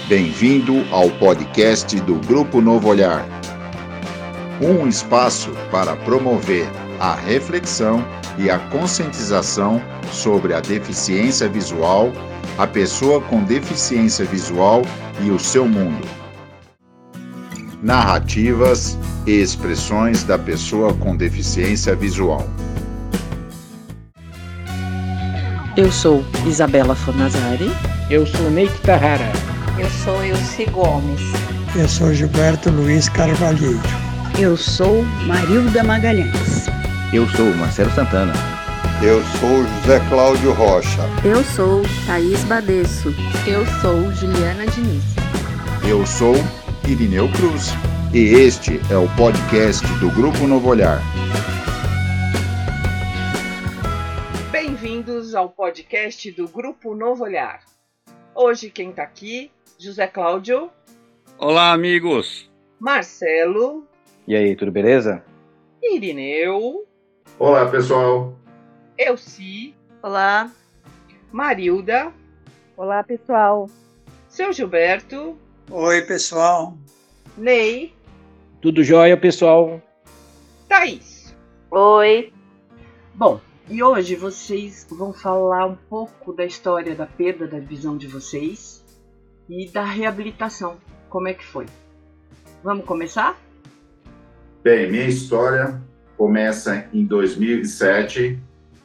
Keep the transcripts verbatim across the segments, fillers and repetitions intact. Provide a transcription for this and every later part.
Bem-vindo ao podcast do Grupo Novo Olhar. Um espaço para promover a reflexão e a conscientização sobre a deficiência visual, a pessoa com deficiência visual e o seu mundo. Narrativas e expressões da pessoa com deficiência visual. Eu sou Isabela Fornazari. Eu sou Neik Tahara. Eu sou Ilse Gomes. Eu sou Gilberto Luiz Carvalheiro. Eu sou Marilda Magalhães. Eu sou Marcelo Santana. Eu sou José Cláudio Rocha. Eu sou Thaís Badesso. Eu sou Juliana Diniz. Eu sou Irineu Cruz. E este é o podcast do Grupo Novo Olhar. Bem-vindos ao podcast do Grupo Novo Olhar. Hoje quem está aqui, José Cláudio. Olá, amigos. Marcelo. E aí, tudo beleza? Irineu. Olá, pessoal. Elci. Olá. Marilda. Olá, pessoal. Seu Gilberto. Oi, pessoal. Ney. Tudo jóia, pessoal? Thaís. Oi. Bom, e hoje vocês vão falar um pouco da história da perda da visão de vocês e da reabilitação. Como é que foi? Vamos começar? Bem, minha história começa em dois mil e sete,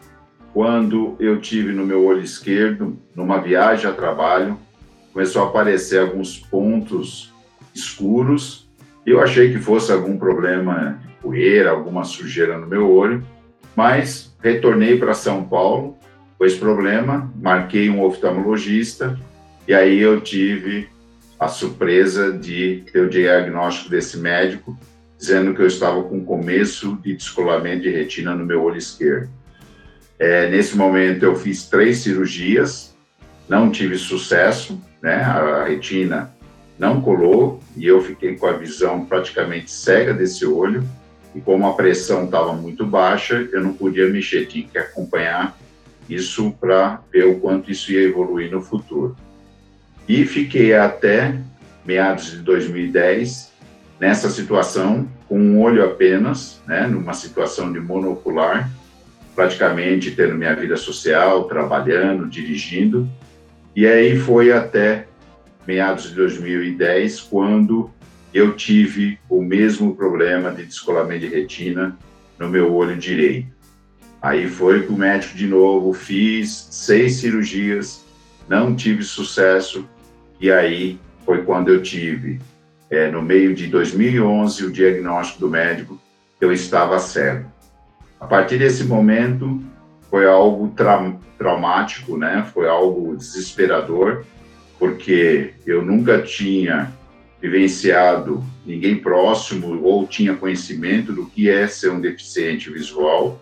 quando eu tive no meu olho esquerdo, numa viagem a trabalho, começou a aparecer alguns pontos escuros. Eu achei que fosse algum problema de poeira, alguma sujeira no meu olho, mas retornei para São Paulo com esse problema, marquei um oftalmologista e aí eu tive a surpresa de ter o diagnóstico desse médico dizendo que eu estava com começo de descolamento de retina no meu olho esquerdo. É, nesse momento eu fiz três cirurgias, não tive sucesso, né? A retina não colou e eu fiquei com a visão praticamente cega desse olho. E como a pressão estava muito baixa, eu não podia mexer, tinha que acompanhar isso para ver o quanto isso ia evoluir no futuro. E fiquei até meados de dois mil e dez nessa situação, com um olho apenas, né, numa situação de monocular, praticamente tendo minha vida social, trabalhando, dirigindo. E aí foi até meados de dois mil e dez, quando eu tive o mesmo problema de descolamento de retina no meu olho direito. Aí foi com o médico de novo, fiz seis cirurgias, não tive sucesso, e aí foi quando eu tive, é, no meio de dois mil e onze, o diagnóstico do médico que eu estava cego. A partir desse momento, foi algo tra- traumático, né? Foi algo desesperador, porque eu nunca tinha vivenciado ninguém próximo ou tinha conhecimento do que é ser um deficiente visual.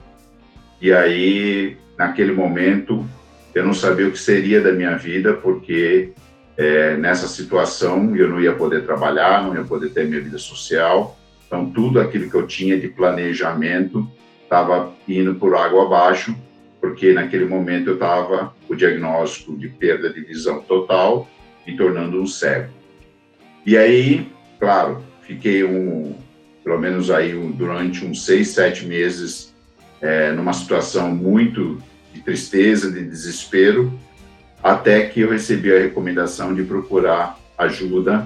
E aí, naquele momento, eu não sabia o que seria da minha vida, porque é, nessa situação eu não ia poder trabalhar, não ia poder ter minha vida social. Então, tudo aquilo que eu tinha de planejamento estava indo por água abaixo, porque naquele momento eu estava com o diagnóstico de perda de visão total, me tornando um cego. E aí, claro, fiquei um, pelo menos aí um, durante uns seis, sete meses é, numa situação muito de tristeza, de desespero, até que eu recebi a recomendação de procurar ajuda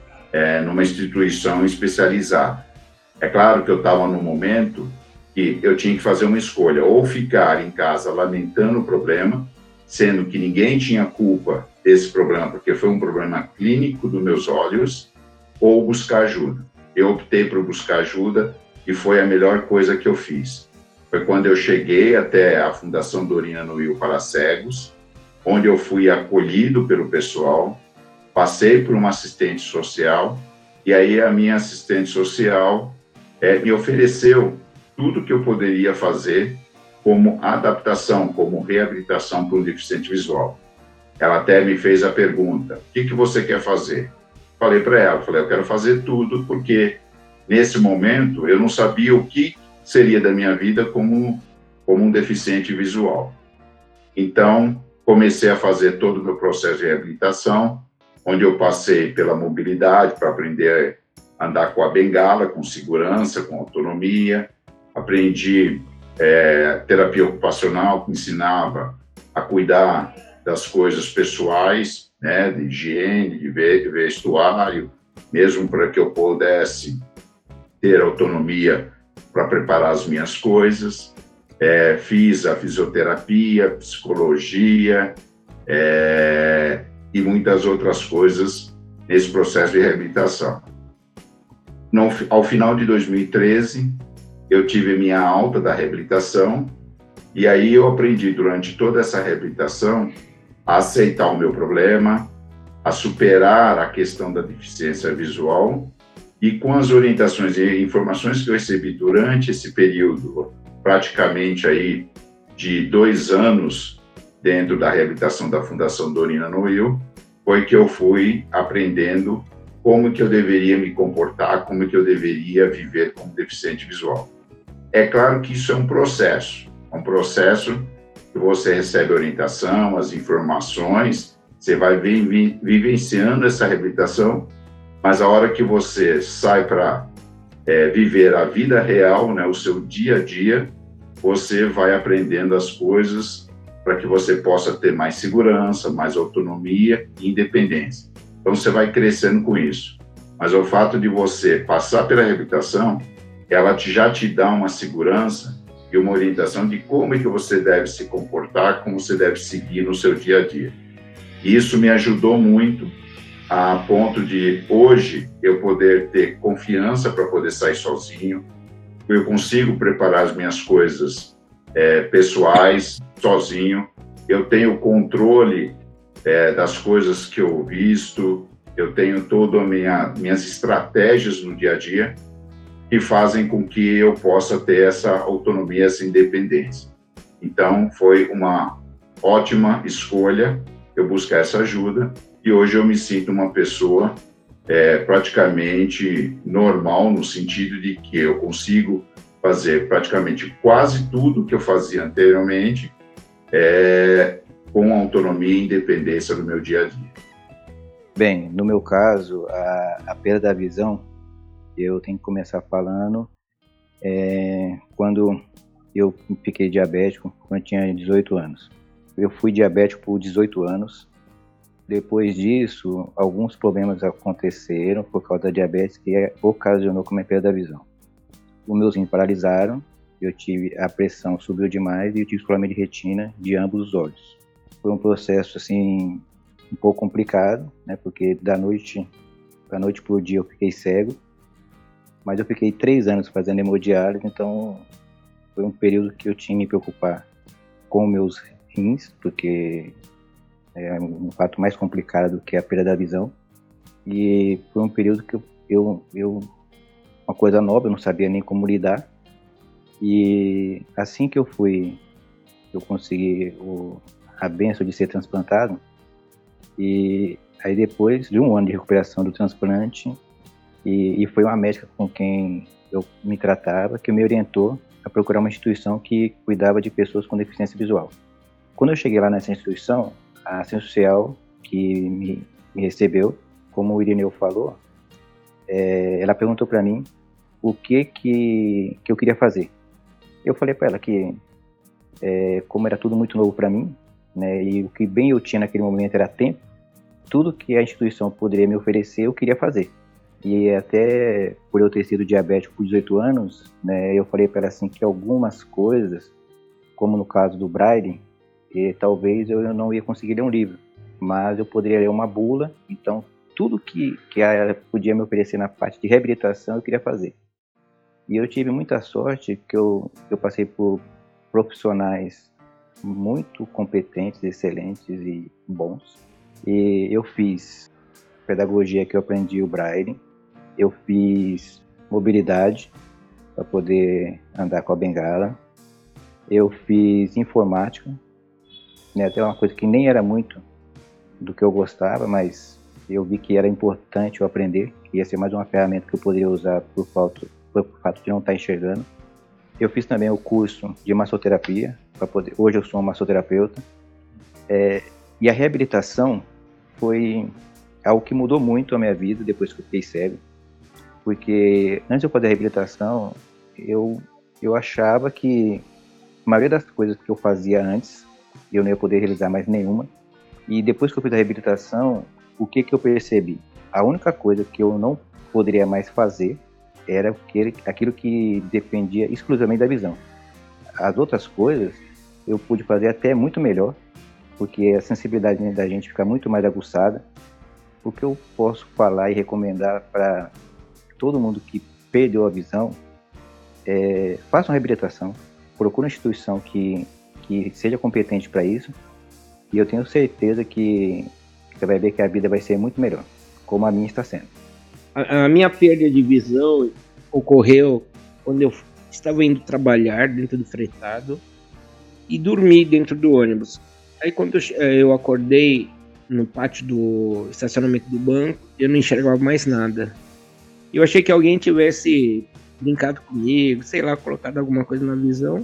é, numa instituição especializada. É claro que eu estava num momento que eu tinha que fazer uma escolha, ou ficar em casa lamentando o problema, sendo que ninguém tinha culpa desse problema, porque foi um problema clínico dos meus olhos, ou buscar ajuda. Eu optei por buscar ajuda e foi a melhor coisa que eu fiz. Foi quando eu cheguei até a Fundação Dorina Nuil para Cegos, onde eu fui acolhido pelo pessoal, passei por uma assistente social, e aí a minha assistente social é, me ofereceu tudo que eu poderia fazer como adaptação, como reabilitação para um deficiente visual. Ela até me fez a pergunta: o que, que você quer fazer? Falei para ela, falei, eu quero fazer tudo, porque nesse momento eu não sabia o que seria da minha vida como, como um deficiente visual. Então, comecei a fazer todo o meu processo de reabilitação, onde eu passei pela mobilidade para aprender a andar com a bengala, com segurança, com autonomia. Aprendi é, terapia ocupacional, que ensinava a cuidar das coisas pessoais, né, de higiene, de vestuário, mesmo para que eu pudesse ter autonomia para preparar as minhas coisas. É, fiz a fisioterapia, psicologia é, e muitas outras coisas nesse processo de reabilitação. No, ao final de dois mil e treze, eu tive minha alta da reabilitação e aí eu aprendi durante toda essa reabilitação a aceitar o meu problema, a superar a questão da deficiência visual e com as orientações e informações que eu recebi durante esse período, praticamente aí de dois anos dentro da reabilitação da Fundação Dorina Noil, foi que eu fui aprendendo como que eu deveria me comportar, como que eu deveria viver como deficiente visual. É claro que isso é um processo, um processo que você recebe orientação, as informações, você vai vi- vivenciando essa reabilitação, mas a hora que você sai para é, viver a vida real, né, o seu dia a dia, você vai aprendendo as coisas para que você possa ter mais segurança, mais autonomia e independência. Então, você vai crescendo com isso. Mas o fato de você passar pela reabilitação, ela te, já te dá uma segurança e uma orientação de como é que você deve se comportar, como você deve seguir no seu dia a dia. E isso me ajudou muito a ponto de, hoje, eu poder ter confiança para poder sair sozinho. Eu consigo preparar as minhas coisas é, pessoais sozinho. Eu tenho controle é, das coisas que eu visto. Eu tenho todas as minha, minhas estratégias no dia a dia que fazem com que eu possa ter essa autonomia, essa independência. Então, foi uma ótima escolha eu buscar essa ajuda e hoje eu me sinto uma pessoa é, praticamente normal, no sentido de que eu consigo fazer praticamente quase tudo que eu fazia anteriormente é, com autonomia e independência no meu dia a dia. Bem, no meu caso, a, a perda da visão, eu tenho que começar falando é, quando eu fiquei diabético, quando eu tinha dezoito anos. Eu fui diabético por dezoito anos. Depois disso, alguns problemas aconteceram por causa da diabetes que ocasionou com a perda da visão. Os meus rins paralisaram, eu tive a pressão subiu demais e eu tive problema de retina de ambos os olhos. Foi um processo assim um pouco complicado, né? Porque da noite da noite para o dia eu fiquei cego, mas eu fiquei três anos fazendo hemodiálise, então foi um período que eu tinha que me preocupar com meus rins, porque é um fato mais complicado do que a perda da visão. E foi um período que eu, eu, eu uma coisa nova, eu não sabia nem como lidar. E assim que eu fui, eu consegui o, a bênção de ser transplantado. E aí depois de um ano de recuperação do transplante, e, e foi uma médica com quem eu me tratava, que me orientou a procurar uma instituição que cuidava de pessoas com deficiência visual. Quando eu cheguei lá nessa instituição, a assistente social que me, me recebeu, como o Irineu falou, é, ela perguntou para mim o que, que, que eu queria fazer. Eu falei para ela que, é, como era tudo muito novo para mim, né, e o que bem eu tinha naquele momento era tempo, tudo que a instituição poderia me oferecer, eu queria fazer. E até por eu ter sido diabético por dezoito anos, né, eu falei para ela assim que algumas coisas, como no caso do Braille, e talvez eu não ia conseguir ler um livro, mas eu poderia ler uma bula. Então tudo que, que ela podia me oferecer na parte de reabilitação eu queria fazer. E eu tive muita sorte que eu, eu passei por profissionais muito competentes, excelentes e bons. E eu fiz pedagogia, que eu aprendi o Braille, eu fiz mobilidade para poder andar com a bengala, eu fiz informática, né, até uma coisa que nem era muito do que eu gostava, mas eu vi que era importante eu aprender, que ia ser mais uma ferramenta que eu poderia usar por, falta, por fato de não estar enxergando. Eu fiz também o curso de massoterapia, para poder, hoje eu sou um massoterapeuta, é, e a reabilitação foi algo que mudou muito a minha vida depois que eu fiquei cego, porque antes de eu fazer a reabilitação, eu, eu achava que a maioria das coisas que eu fazia antes, eu não ia poder realizar mais nenhuma, e depois que eu fiz a reabilitação, o que que eu percebi? A única coisa que eu não poderia mais fazer era aquilo que dependia exclusivamente da visão. As outras coisas eu pude fazer até muito melhor, porque a sensibilidade da gente fica muito mais aguçada. O que eu posso falar e recomendar para todo mundo que perdeu a visão é: faça uma reabilitação, procure uma instituição que, que seja competente para isso, e eu tenho certeza que você vai ver que a vida vai ser muito melhor, como a minha está sendo. A, a minha perda de visão ocorreu quando eu estava indo trabalhar dentro do fretado e dormi dentro do ônibus. Aí quando eu, eu acordei no pátio do estacionamento do banco, eu não enxergava mais nada. Eu achei que alguém tivesse brincado comigo, sei lá, colocado alguma coisa na visão.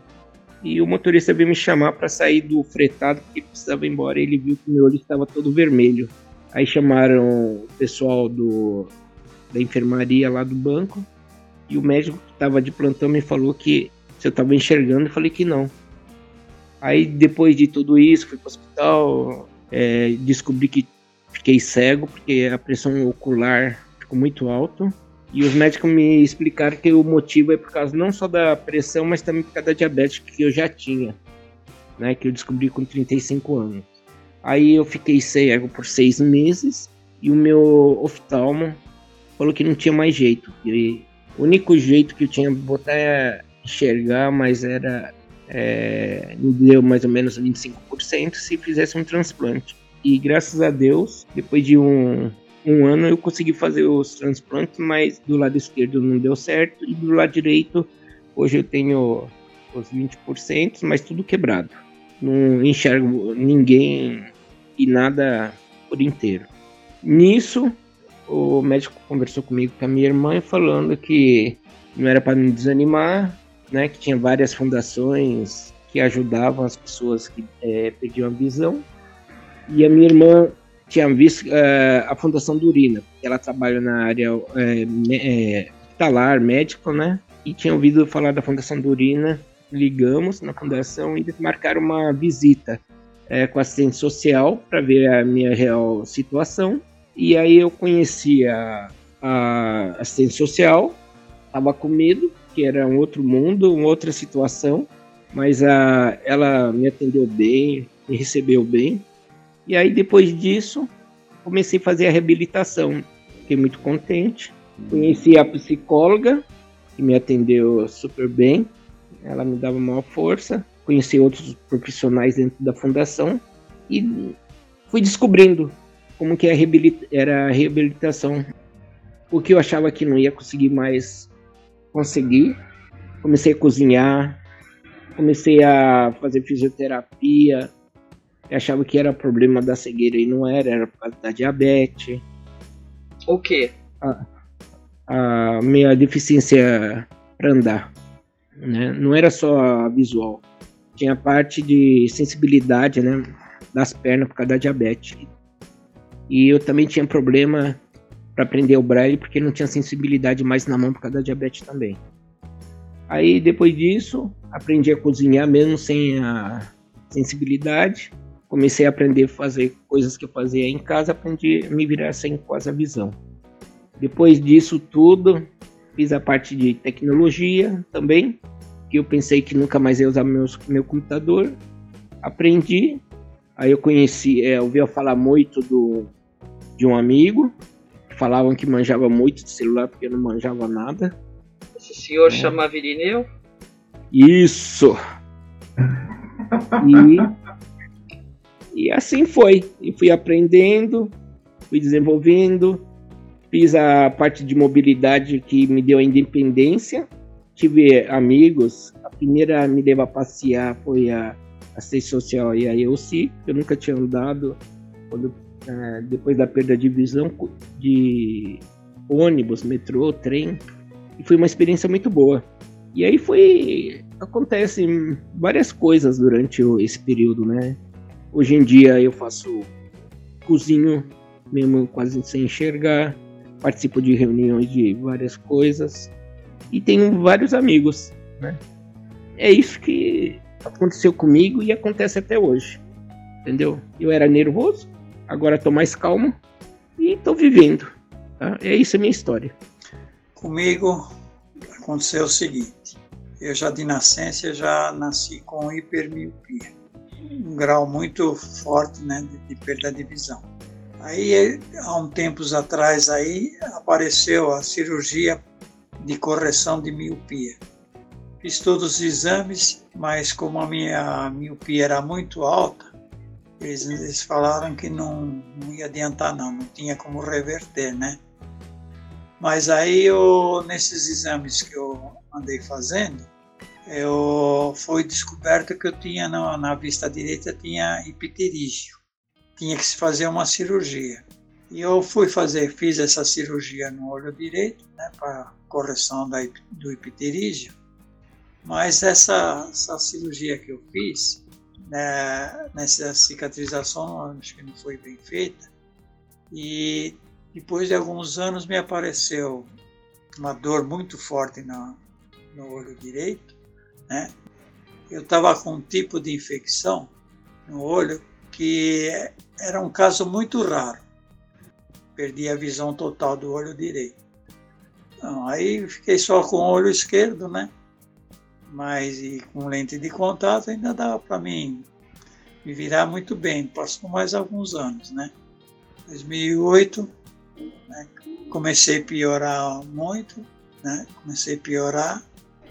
E o motorista veio me chamar para sair do fretado porque precisava ir embora. Ele viu que meu olho estava todo vermelho. Aí chamaram o pessoal do, da enfermaria lá do banco. E o médico que estava de plantão me falou que se eu estava enxergando. Eu falei que não. Aí depois de tudo isso, fui para o hospital. É, descobri que fiquei cego porque a pressão ocular ficou muito alta. E os médicos me explicaram que o motivo é por causa não só da pressão, mas também por causa da diabetes que eu já tinha, né, que eu descobri com trinta e cinco anos. Aí eu fiquei cego por seis meses e o meu oftalmo falou que não tinha mais jeito. E o único jeito que eu tinha de botar é enxergar, mas era... É, me deu mais ou menos vinte e cinco por cento se fizesse um transplante. E graças a Deus, depois de um, um ano eu consegui fazer os transplantes, mas do lado esquerdo não deu certo, e do lado direito hoje eu tenho os vinte por cento, mas tudo quebrado. Não enxergo ninguém e nada por inteiro. Nisso, o médico conversou comigo com a minha irmã falando que não era para me desanimar, né, que tinha várias fundações que ajudavam as pessoas que é, perdiam a visão. E a minha irmã tinha visto uh, a Fundação do Urina, ela trabalha na área é, é, hospitalar, médico, né? E tinha ouvido falar da Fundação do Urina. Ligamos na fundação e marcaram uma visita é, com assistente social para ver a minha real situação. E aí eu conheci a, a assistente social, estava com medo, que era um outro mundo, uma outra situação, mas a, ela me atendeu bem, me recebeu bem. E aí depois disso, comecei a fazer a reabilitação. Fiquei muito contente. Conheci a psicóloga, que me atendeu super bem. Ela me dava maior força. Conheci outros profissionais dentro da fundação e fui descobrindo como que era a reabilitação. O que eu achava que não ia conseguir mais, consegui. Comecei a cozinhar, comecei a fazer fisioterapia. Eu achava que era problema da cegueira e não era, era por causa da diabetes. O quê? A, a minha deficiência para andar, né? Não era só a visual, tinha a parte de sensibilidade, né, das pernas por causa da diabetes. E eu também tinha problema para aprender o braille porque não tinha sensibilidade mais na mão por causa da diabetes também. Aí depois disso, aprendi a cozinhar mesmo sem a sensibilidade. Comecei a aprender a fazer coisas que eu fazia em casa, aprendi a me virar sem quase a visão. Depois disso tudo, fiz a parte de tecnologia também, que eu pensei que nunca mais ia usar meus, meu computador. Aprendi, aí eu conheci, é, ouvi falar muito do, de um amigo, falavam que manjava muito de celular porque eu não manjava nada. Esse senhor é. chama Virineu? Isso! E... E assim foi, e fui aprendendo, fui desenvolvendo, fiz a parte de mobilidade que me deu a independência, tive amigos, a primeira a me levar a passear foi a assistente social e a E U C, que eu nunca tinha andado, quando, é, depois da perda de visão, de ônibus, metrô, trem, e foi uma experiência muito boa. E aí foi, acontecem várias coisas durante esse período, né? Hoje em dia eu faço, cozinho, mesmo quase sem enxergar, participo de reuniões de várias coisas e tenho vários amigos, né? É isso que aconteceu comigo e acontece até hoje, entendeu? Eu era nervoso, agora estou mais calmo e estou vivendo, tá? É isso a minha história. Comigo aconteceu o seguinte, eu já de nascença já nasci com hipermiopia, um grau muito forte, né, de, de perda de visão. Aí, há um tempos atrás, aí, apareceu a cirurgia de correção de miopia. Fiz todos os exames, mas como a minha miopia era muito alta, eles, eles falaram que não, não ia adiantar não, não tinha como reverter, né? Mas aí, eu, nesses exames que eu andei fazendo, eu, foi descoberto que eu tinha, na, na vista direita, tinha ipterígio. Tinha que se fazer uma cirurgia. E eu fui fazer, fiz essa cirurgia no olho direito, né, para correção da, do ipterígio. Mas essa, essa cirurgia que eu fiz, né, nessa cicatrização, acho que não foi bem feita. E depois de alguns anos me apareceu uma dor muito forte na, no olho direito, né? Eu estava com um tipo de infecção no olho que era um caso muito raro. Perdi a visão total do olho direito. Então, aí fiquei só com o olho esquerdo, né? Mas e com lente de contato ainda dava para mim me virar muito bem. Passou mais alguns anos, né? dois mil e oito, né? Comecei a piorar muito, né? Comecei a piorar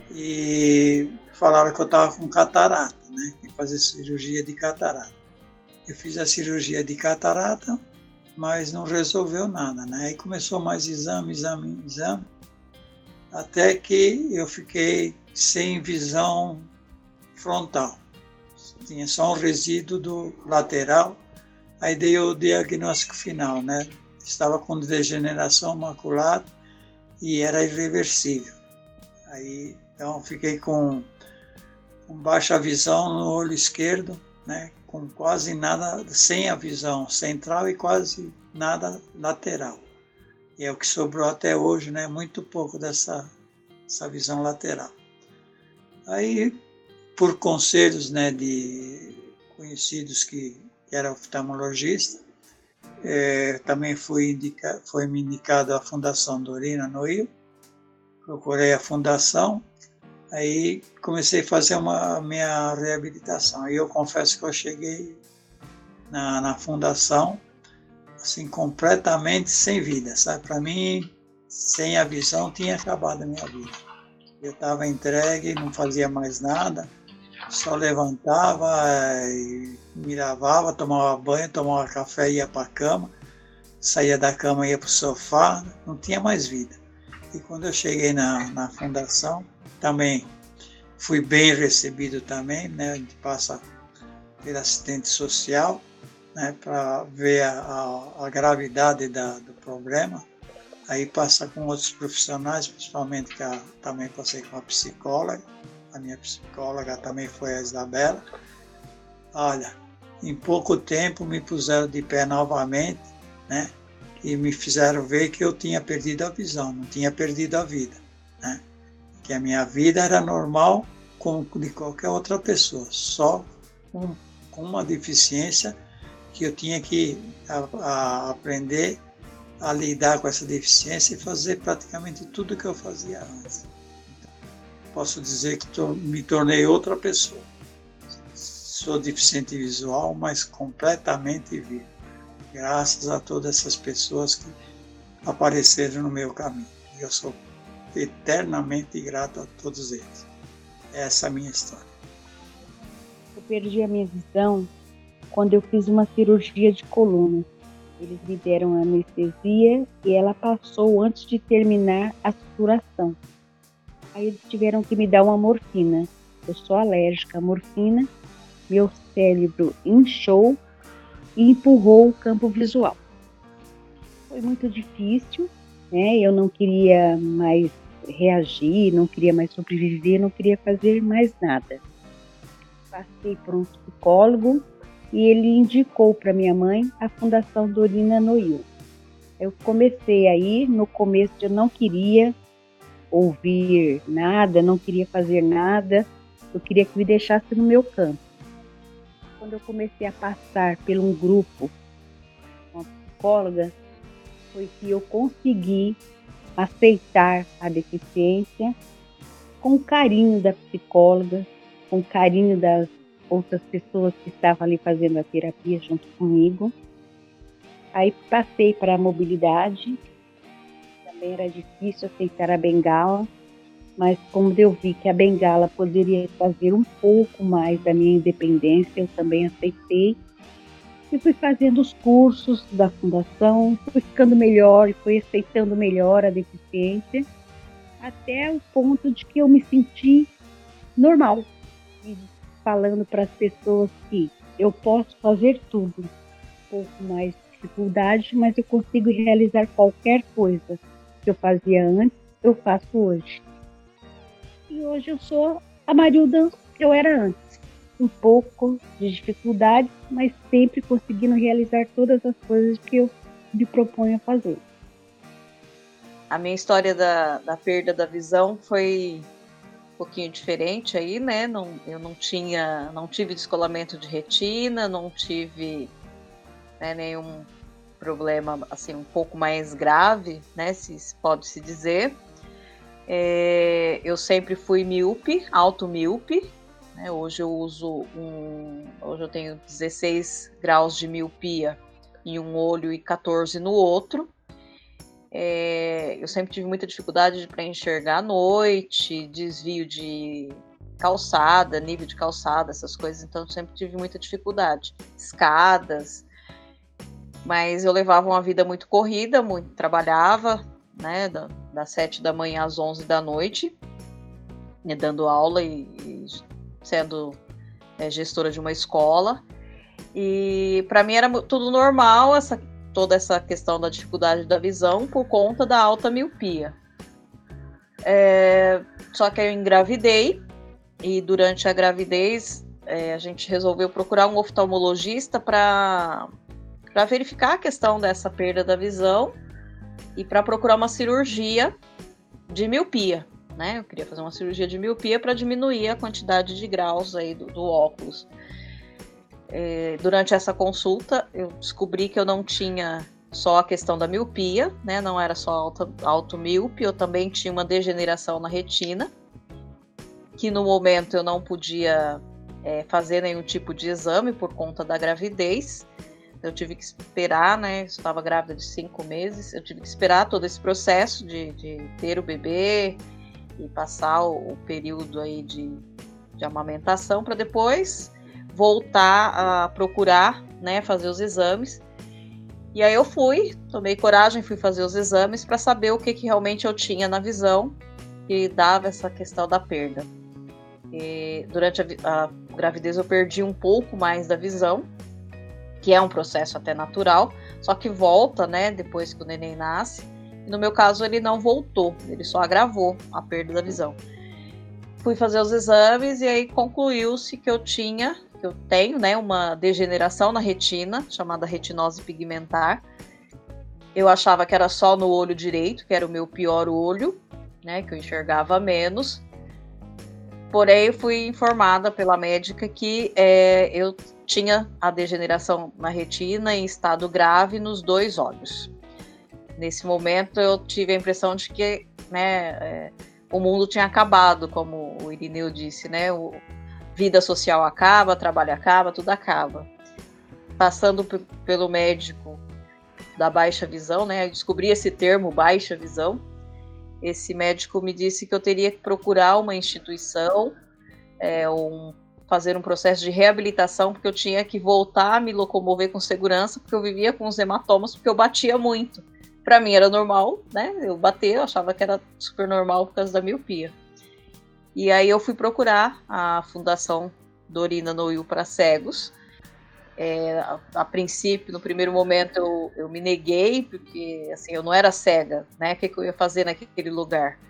e falaram que eu estava com catarata, né? Tinha que fazer cirurgia de catarata. Eu fiz a cirurgia de catarata, mas não resolveu nada, né? Aí começou mais exame, exame, exame, até que eu fiquei sem visão frontal. Tinha só um resíduo do lateral, aí dei o diagnóstico final, né? Estava com degeneração macular e era irreversível. Aí, então, fiquei com, com baixa visão no olho esquerdo, né? Com quase nada, sem a visão central e quase nada lateral. E é o que sobrou até hoje, né? Muito pouco dessa essa visão lateral. Aí, por conselhos, né, de conhecidos que, que era oftalmologista, é, também fui indica, foi me indicado a Fundação Dorina Noil, procurei a fundação, aí comecei a fazer uma, a minha reabilitação. E eu confesso que eu cheguei na, na fundação assim, completamente sem vida, sabe? Para mim, sem a visão, tinha acabado a minha vida. Eu estava entregue, não fazia mais nada, só levantava e me lavava, tomava banho, tomava café, ia para a cama, saía da cama, ia para o sofá, não tinha mais vida. E quando eu cheguei na, na fundação, também fui bem recebido também, né? A gente passa pelo assistente social, né? Para ver a, a, a gravidade da, do problema. Aí passa com outros profissionais, principalmente que a, também passei com a psicóloga. A minha psicóloga também foi a Isabela. Olha, em pouco tempo me puseram de pé novamente, né? E me fizeram ver que eu tinha perdido a visão, não tinha perdido a vida, né? Que a minha vida era normal como de qualquer outra pessoa, só com, com uma deficiência que eu tinha que a, a aprender a lidar com essa deficiência e fazer praticamente tudo que eu fazia antes. Então, posso dizer que tô, me tornei outra pessoa. Sou deficiente visual, mas completamente vivo, graças a todas essas pessoas que apareceram no meu caminho. Eu sou eternamente grato a todos eles. Essa é a minha história. Eu perdi a minha visão quando eu fiz uma cirurgia de coluna. Eles me deram anestesia e ela passou antes de terminar a suturação. Aí eles tiveram que me dar uma morfina. Eu sou alérgica à morfina, meu cérebro inchou e empurrou o campo visual. Foi muito difícil, né? Eu não queria mais reagir, não queria mais sobreviver, não queria fazer mais nada. Passei por um psicólogo e ele indicou para minha mãe a Fundação Dorina Noil. Eu comecei aí, no começo eu não queria ouvir nada, não queria fazer nada, eu queria que me deixasse no meu canto. Quando eu comecei a passar por um grupo com a psicóloga, foi que eu consegui aceitar a deficiência com o carinho da psicóloga, com o carinho das outras pessoas que estavam ali fazendo a terapia junto comigo. Aí passei para a mobilidade, também era difícil aceitar a bengala, mas como eu vi que a bengala poderia trazer um pouco mais da minha independência, eu também aceitei. E fui fazendo os cursos da fundação, fui ficando melhor, fui aceitando melhor a deficiência, até o ponto de que eu me senti normal. E falando para as pessoas que eu posso fazer tudo, um pouco mais de dificuldade, mas eu consigo realizar qualquer coisa que eu fazia antes, eu faço hoje. E hoje eu sou a Marilda que eu era antes. Um pouco de dificuldade, mas sempre conseguindo realizar todas as coisas que eu me proponho a fazer. A minha história da, da perda da visão foi um pouquinho diferente aí, né? Não, eu não tinha, não tive descolamento de retina, não tive, né, nenhum problema assim um pouco mais grave, né? Se pode se dizer. É, eu sempre fui míope, alto míope. Né? Hoje eu uso um, hoje eu tenho dezesseis graus de miopia em um olho e quatorze no outro. É, eu sempre tive muita dificuldade para enxergar à noite, desvio de calçada, nível de calçada, essas coisas, então eu sempre tive muita dificuldade. Escadas, mas eu levava uma vida muito corrida, muito, trabalhava, né, da, das sete da manhã às onze da noite, né, dando aula e, e sendo é, gestora de uma escola, e para mim era tudo normal, essa toda essa questão da dificuldade da visão por conta da alta miopia. É, só que eu engravidei e durante a gravidez é, a gente resolveu procurar um oftalmologista para para verificar a questão dessa perda da visão e para procurar uma cirurgia de miopia, né? Eu queria fazer uma cirurgia de miopia para diminuir a quantidade de graus aí do, do óculos. É, durante essa consulta, eu descobri que eu não tinha só a questão da miopia, né? Não era só alto, alto míope, eu também tinha uma degeneração na retina, que no momento eu não podia é, fazer nenhum tipo de exame por conta da gravidez. Eu tive que esperar, né? Eu estava grávida de cinco meses, eu tive que esperar todo esse processo de, de ter o bebê e passar o, o período aí de, de amamentação para depois voltar a procurar, né, fazer os exames. E aí eu fui, tomei coragem, fui fazer os exames para saber o que, que realmente eu tinha na visão que dava essa questão da perda. E durante a, a gravidez eu perdi um pouco mais da visão, que é um processo até natural, só que volta, né, depois que o neném nasce. E no meu caso ele não voltou, ele só agravou a perda da visão. Fui fazer os exames e aí concluiu-se que eu tinha, que eu tenho, né, uma degeneração na retina, chamada retinose pigmentar. Eu achava que era só no olho direito, que era o meu pior olho, né, que eu enxergava menos. Porém, eu fui informada pela médica que é, eu tinha a degeneração na retina em estado grave nos dois olhos. Nesse momento, eu tive a impressão de que, né, é, o mundo tinha acabado, como o Irineu disse, né? O, vida social acaba, trabalho acaba, tudo acaba. Passando p- pelo médico da baixa visão, né? Eu descobri esse termo, baixa visão. Esse médico me disse que eu teria que procurar uma instituição, é, um, fazer um processo de reabilitação, porque eu tinha que voltar a me locomover com segurança, porque eu vivia com os hematomas, porque eu batia muito. Para mim era normal, né? Eu bater, eu achava que era super normal por causa da miopia. E aí eu fui procurar a Fundação Dorina Noil para cegos. É, a, a princípio, no primeiro momento, eu, eu me neguei, porque assim, eu não era cega, né? O que, que eu ia fazer naquele lugar?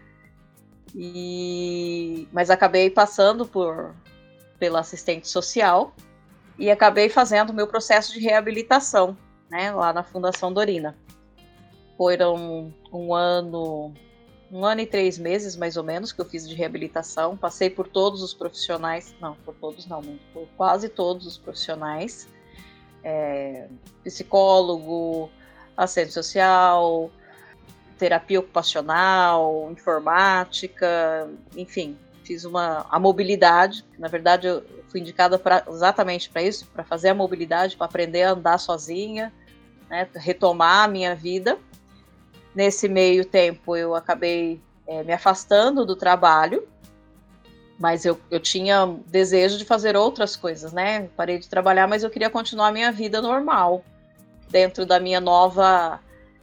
E, mas acabei passando por, pela assistente social e acabei fazendo o meu processo de reabilitação, né? Lá na Fundação Dorina. foram um ano, um ano e três meses, mais ou menos, que eu fiz de reabilitação. Passei por todos os profissionais, não, por todos não, por quase todos os profissionais. É, psicólogo, assistente social, terapia ocupacional, informática, enfim, fiz uma, a mobilidade. Na verdade, eu fui indicada pra, exatamente para isso, para fazer a mobilidade, para aprender a andar sozinha, né, retomar a minha vida. Nesse meio tempo, eu acabei é, me afastando do trabalho, mas eu, eu tinha desejo de fazer outras coisas, né? Parei de trabalhar, mas eu queria continuar a minha vida normal, dentro da minha nova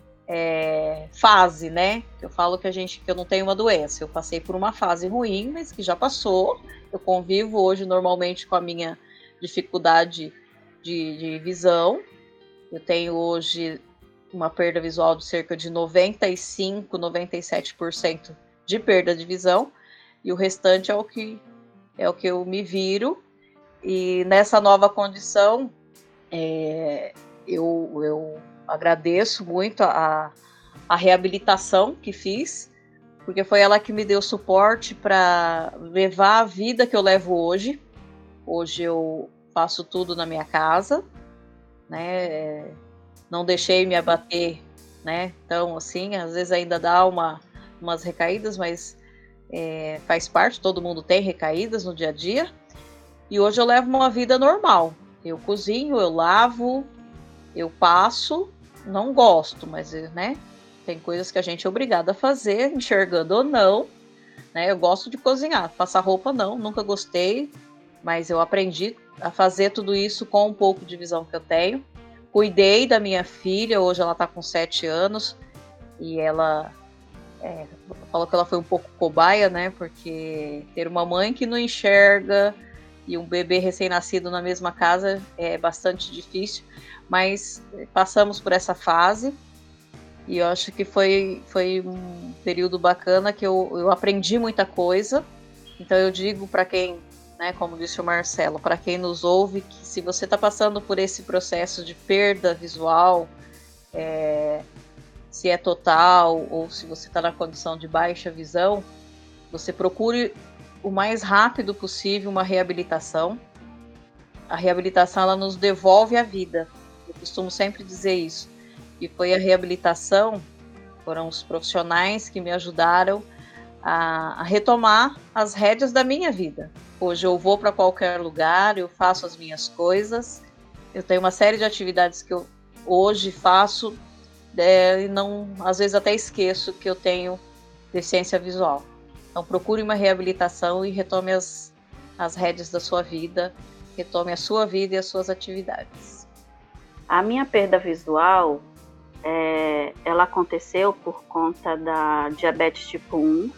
é, fase, né? Eu falo que a gente, que eu não tenho uma doença, eu passei por uma fase ruim, mas que já passou. Eu convivo hoje normalmente com a minha dificuldade de, de visão. Eu tenho hoje uma perda visual de cerca de noventa e cinco, noventa e sete por cento de perda de visão, e o restante é o que, é o que eu me viro. E nessa nova condição, é, eu, eu agradeço muito a, a reabilitação que fiz, porque foi ela que me deu suporte para levar a vida que eu levo hoje. Hoje eu faço tudo na minha casa, né? Não deixei me abater, né? Então, assim, às vezes ainda dá uma, umas recaídas, mas é, faz parte, todo mundo tem recaídas no dia a dia. E hoje eu levo uma vida normal. Eu cozinho, eu lavo, eu passo, não gosto, mas, né? Tem coisas que a gente é obrigado a fazer, enxergando ou não, né? Eu gosto de cozinhar, passar roupa não, nunca gostei, mas eu aprendi a fazer tudo isso com um pouco de visão que eu tenho. Cuidei da minha filha, hoje ela está com sete anos, e ela é, falou que ela foi um pouco cobaia, né? Porque ter uma mãe que não enxerga e um bebê recém-nascido na mesma casa é bastante difícil, mas passamos por essa fase, e eu acho que foi, foi um período bacana, que eu, eu aprendi muita coisa. Então eu digo para quem, né, como disse o Marcelo, para quem nos ouve, que se você está passando por esse processo de perda visual, é, se é total ou se você está na condição de baixa visão, você procure o mais rápido possível uma reabilitação. A reabilitação, ela nos devolve a vida. Eu costumo sempre dizer isso. E foi a reabilitação, foram os profissionais que me ajudaram a, a retomar as rédeas da minha vida. Hoje eu vou para qualquer lugar, eu faço as minhas coisas, eu tenho uma série de atividades que eu hoje faço, é, e não, às vezes até esqueço que eu tenho deficiência visual. Então procure uma reabilitação e retome as, as rédeas da sua vida, retome a sua vida e as suas atividades. A minha perda visual, é, ela aconteceu por conta da diabetes tipo um,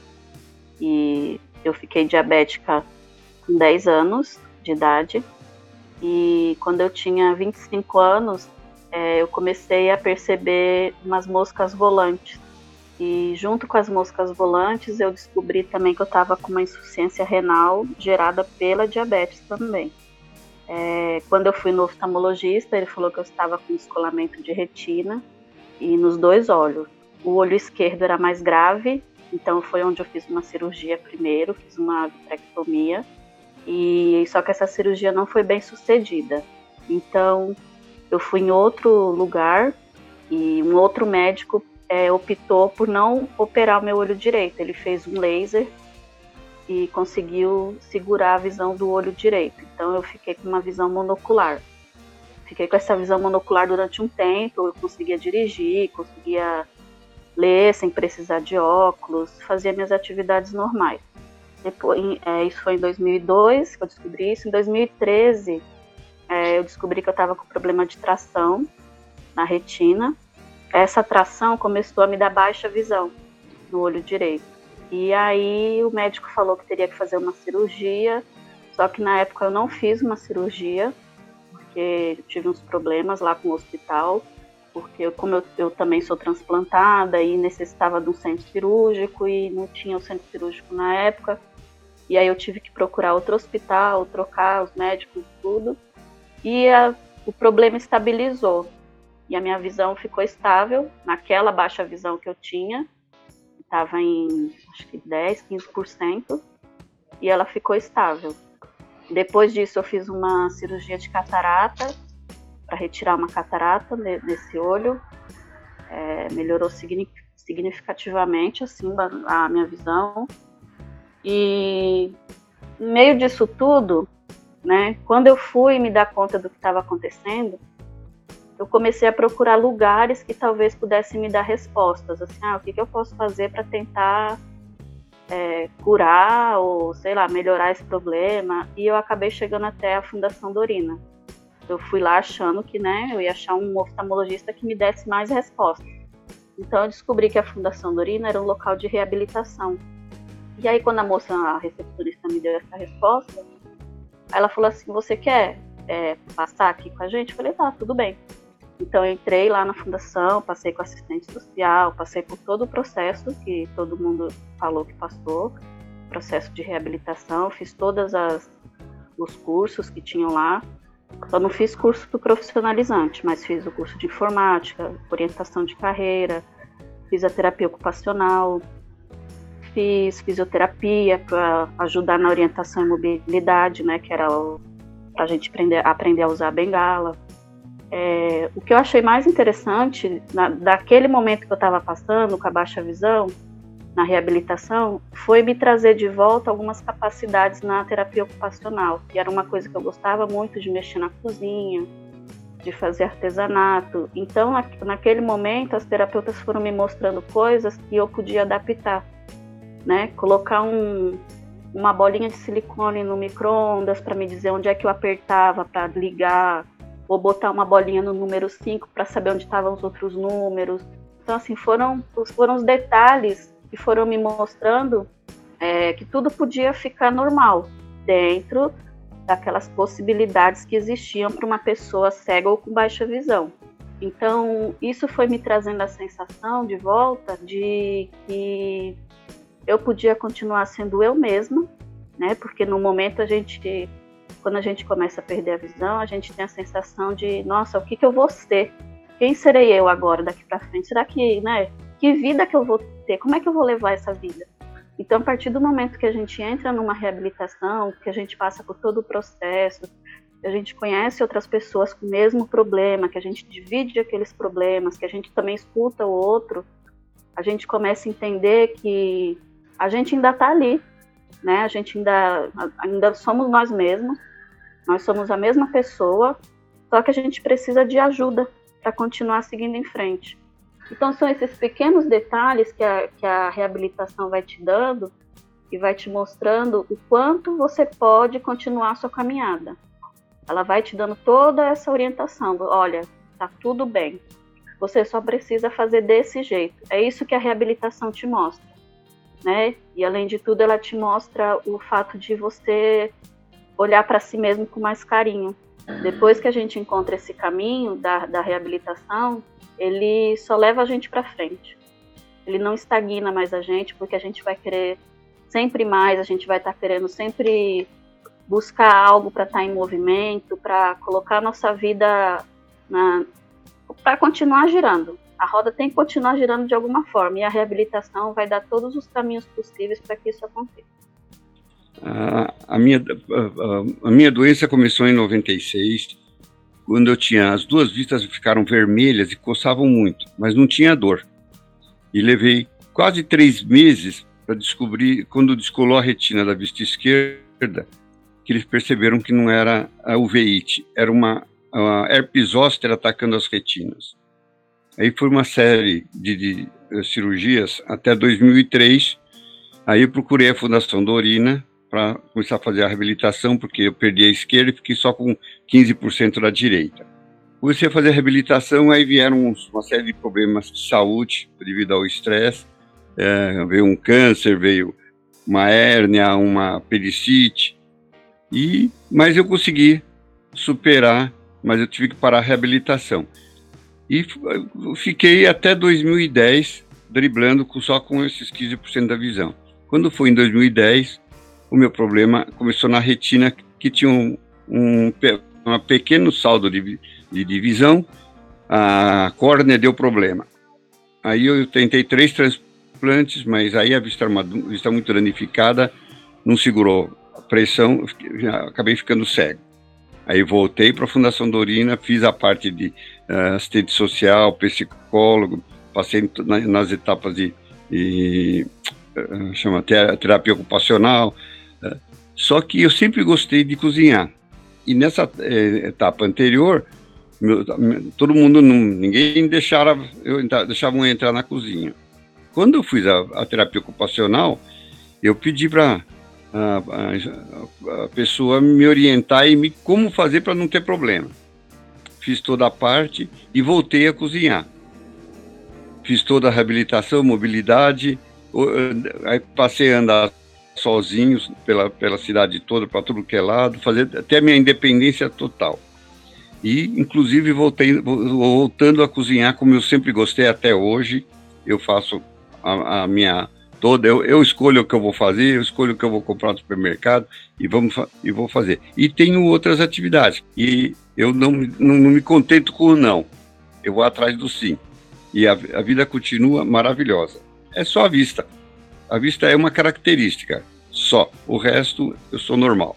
e eu fiquei diabética com dez anos de idade, e quando eu tinha vinte e cinco anos, é, eu comecei a perceber umas moscas volantes, e junto com as moscas volantes eu descobri também que eu estava com uma insuficiência renal gerada pela diabetes também. É, quando eu fui no oftalmologista, ele falou que eu estava com descolamento de retina e nos dois olhos. O olho esquerdo era mais grave, então foi onde eu fiz uma cirurgia primeiro, fiz uma vitrectomia, e só que essa cirurgia não foi bem sucedida. Então eu fui em outro lugar e um outro médico é, optou por não operar o meu olho direito. Ele fez um laser e conseguiu segurar a visão do olho direito. Então eu fiquei com uma visão monocular. Fiquei com essa visão monocular durante um tempo, eu conseguia dirigir, conseguia ler sem precisar de óculos, fazia minhas atividades normais. Depois, é, isso foi em dois mil e dois que eu descobri isso. Em dois mil e treze, é, eu descobri que eu estava com problema de tração na retina. Essa tração começou a me dar baixa visão no olho direito. E aí o médico falou que teria que fazer uma cirurgia, só que na época eu não fiz uma cirurgia, porque eu tive uns problemas lá com o hospital, porque eu, como eu, eu também sou transplantada e necessitava de um centro cirúrgico e não tinha o centro cirúrgico na época, e aí eu tive que procurar outro hospital, trocar os médicos e tudo, e a, o problema estabilizou. e a minha visão ficou estável naquela baixa visão que eu tinha, estava em acho que dez, quinze por cento, e ela ficou estável. Depois disso eu fiz uma cirurgia de catarata, para retirar uma catarata nesse olho, é, melhorou significativamente assim, a minha visão. E no meio disso tudo, né, quando eu fui me dar conta do que estava acontecendo, eu comecei a procurar lugares que talvez pudessem me dar respostas, assim, ah, o que, que eu posso fazer para tentar é, curar ou, sei lá, melhorar esse problema, e eu acabei chegando até a Fundação Dorina. Eu fui lá achando que, né, eu ia achar um oftalmologista que me desse mais respostas. Então eu descobri que a Fundação Dorina era um local de reabilitação. E aí quando a moça, a recepcionista, me deu essa resposta, ela falou assim, você quer é, passar aqui com a gente? Eu falei, tá, tudo bem. Então eu entrei lá na fundação, passei com assistente social, passei por todo o processo que todo mundo falou que passou, processo de reabilitação, fiz todos os cursos que tinham lá. Só não fiz curso do profissionalizante, mas fiz o curso de informática, orientação de carreira, fiz a terapia ocupacional, fiz fisioterapia para ajudar na orientação e mobilidade, né, que era para a gente aprender, aprender a usar a bengala. É, o que eu achei mais interessante, na, daquele momento que eu estava passando com a baixa visão, na reabilitação, foi me trazer de volta algumas capacidades na terapia ocupacional, que era uma coisa que eu gostava muito de mexer na cozinha, de fazer artesanato. Então, na, naquele momento, as terapeutas foram me mostrando coisas que eu podia adaptar, né? Colocar um, uma bolinha de silicone no micro-ondas para me dizer onde é que eu apertava para ligar, ou botar uma bolinha no número cinco para saber onde estavam os outros números. Então, assim, foram, foram os detalhes que foram me mostrando é, que tudo podia ficar normal dentro daquelas possibilidades que existiam para uma pessoa cega ou com baixa visão. Então, isso foi me trazendo a sensação de volta de que eu podia continuar sendo eu mesma, né? Porque no momento a gente, quando a gente começa a perder a visão, a gente tem a sensação de, nossa, o que, que eu vou ser? Quem serei eu agora daqui para frente? Será que, né? Que vida que eu vou ter? Como é que eu vou levar essa vida? Então, a partir do momento que a gente entra numa reabilitação, que a gente passa por todo o processo, que a gente conhece outras pessoas com o mesmo problema, que a gente divide aqueles problemas, que a gente também escuta o outro, a gente começa a entender que a gente ainda está ali, né? A gente ainda, ainda somos nós mesmos, nós somos a mesma pessoa, só que a gente precisa de ajuda para continuar seguindo em frente. Então, são esses pequenos detalhes que a, que a reabilitação vai te dando e vai te mostrando o quanto você pode continuar a sua caminhada. Ela vai te dando toda essa orientação. Olha, tá tudo bem. Você só precisa fazer desse jeito. É isso que a reabilitação te mostra, né? E, além de tudo, ela te mostra o fato de você olhar para si mesmo com mais carinho. Depois que a gente encontra esse caminho da, da reabilitação, ele só leva a gente para frente. Ele não estagna mais a gente, porque a gente vai querer sempre mais, a gente vai estar tá querendo sempre buscar algo para estar tá em movimento, para colocar a nossa vida para continuar girando. A roda tem que continuar girando de alguma forma, e a reabilitação vai dar todos os caminhos possíveis para que isso aconteça. A, a, minha, a, a minha doença começou em noventa e seis, quando eu tinha, as duas vistas ficaram vermelhas e coçavam muito, mas não tinha dor. E levei quase três meses para descobrir, quando descolou a retina da vista esquerda, que eles perceberam que não era a uveiite, era uma a herpes zoster atacando as retinas. Aí foi uma série de, de, de cirurgias até dois mil e três, aí eu procurei a Fundação Dorina para começar a fazer a reabilitação, porque eu perdi a esquerda e fiquei só com quinze por cento da direita. Comecei a fazer a reabilitação, aí vieram uma série de problemas de saúde devido ao estresse, é, veio um câncer, veio uma hérnia, uma apendicite, e, mas eu consegui superar, mas eu tive que parar a reabilitação. E fiquei até dois mil e dez driblando com, só com esses quinze por cento da visão. Quando foi em dois mil e dez, o meu problema começou na retina, que tinha um, um uma pequeno saldo de, de, de visão, a córnea deu problema. Aí eu tentei três transplantes, mas aí a vista, vista muito danificada, não segurou a pressão, já acabei ficando cego. Aí voltei para a Fundação Dorina, fiz a parte de uh, assistente social, psicólogo, passei na, nas etapas de, de uh, chama terapia ocupacional, uh, só que eu sempre gostei de cozinhar. E nessa uh, etapa anterior, meu, todo mundo, não, ninguém deixava eu, entrar, deixava eu entrar na cozinha. Quando eu fiz a, a terapia ocupacional, eu pedi para A, a, a pessoa me orientar e me como fazer para não ter problema. Fiz toda a parte e voltei a cozinhar. Fiz toda a reabilitação, mobilidade, aí passei a andar sozinho pela, pela cidade toda, para tudo que é lado, fazer até a minha independência total. E, inclusive, voltei, voltando a cozinhar como eu sempre gostei até hoje. Eu faço a, a minha... Toda, eu, eu escolho o que eu vou fazer, eu escolho o que eu vou comprar no supermercado e, vamos, e vou fazer. E tenho outras atividades. E eu não, não, não me contento com o não. Eu vou atrás do sim. E a, a vida continua maravilhosa. É só a vista. A vista é uma característica. Só. O resto, eu sou normal.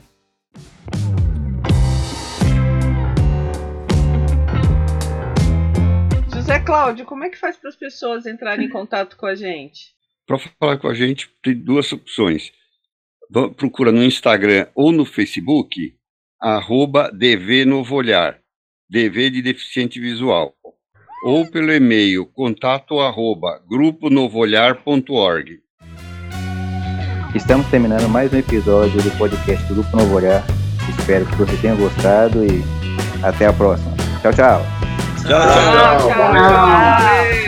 José Cláudio, como é que faz para as pessoas entrarem em contato com a gente? Para falar com a gente, tem duas opções. Procura no Instagram ou no Facebook, arroba D V Novo Olhar, D V de deficiente visual. Ou pelo e-mail, contato arroba grupo novo olhar ponto org. Estamos terminando mais um episódio do podcast do Grupo Novo Olhar. Espero que você tenha gostado e até a próxima. Tchau, tchau. Tchau, tchau. tchau. tchau. tchau.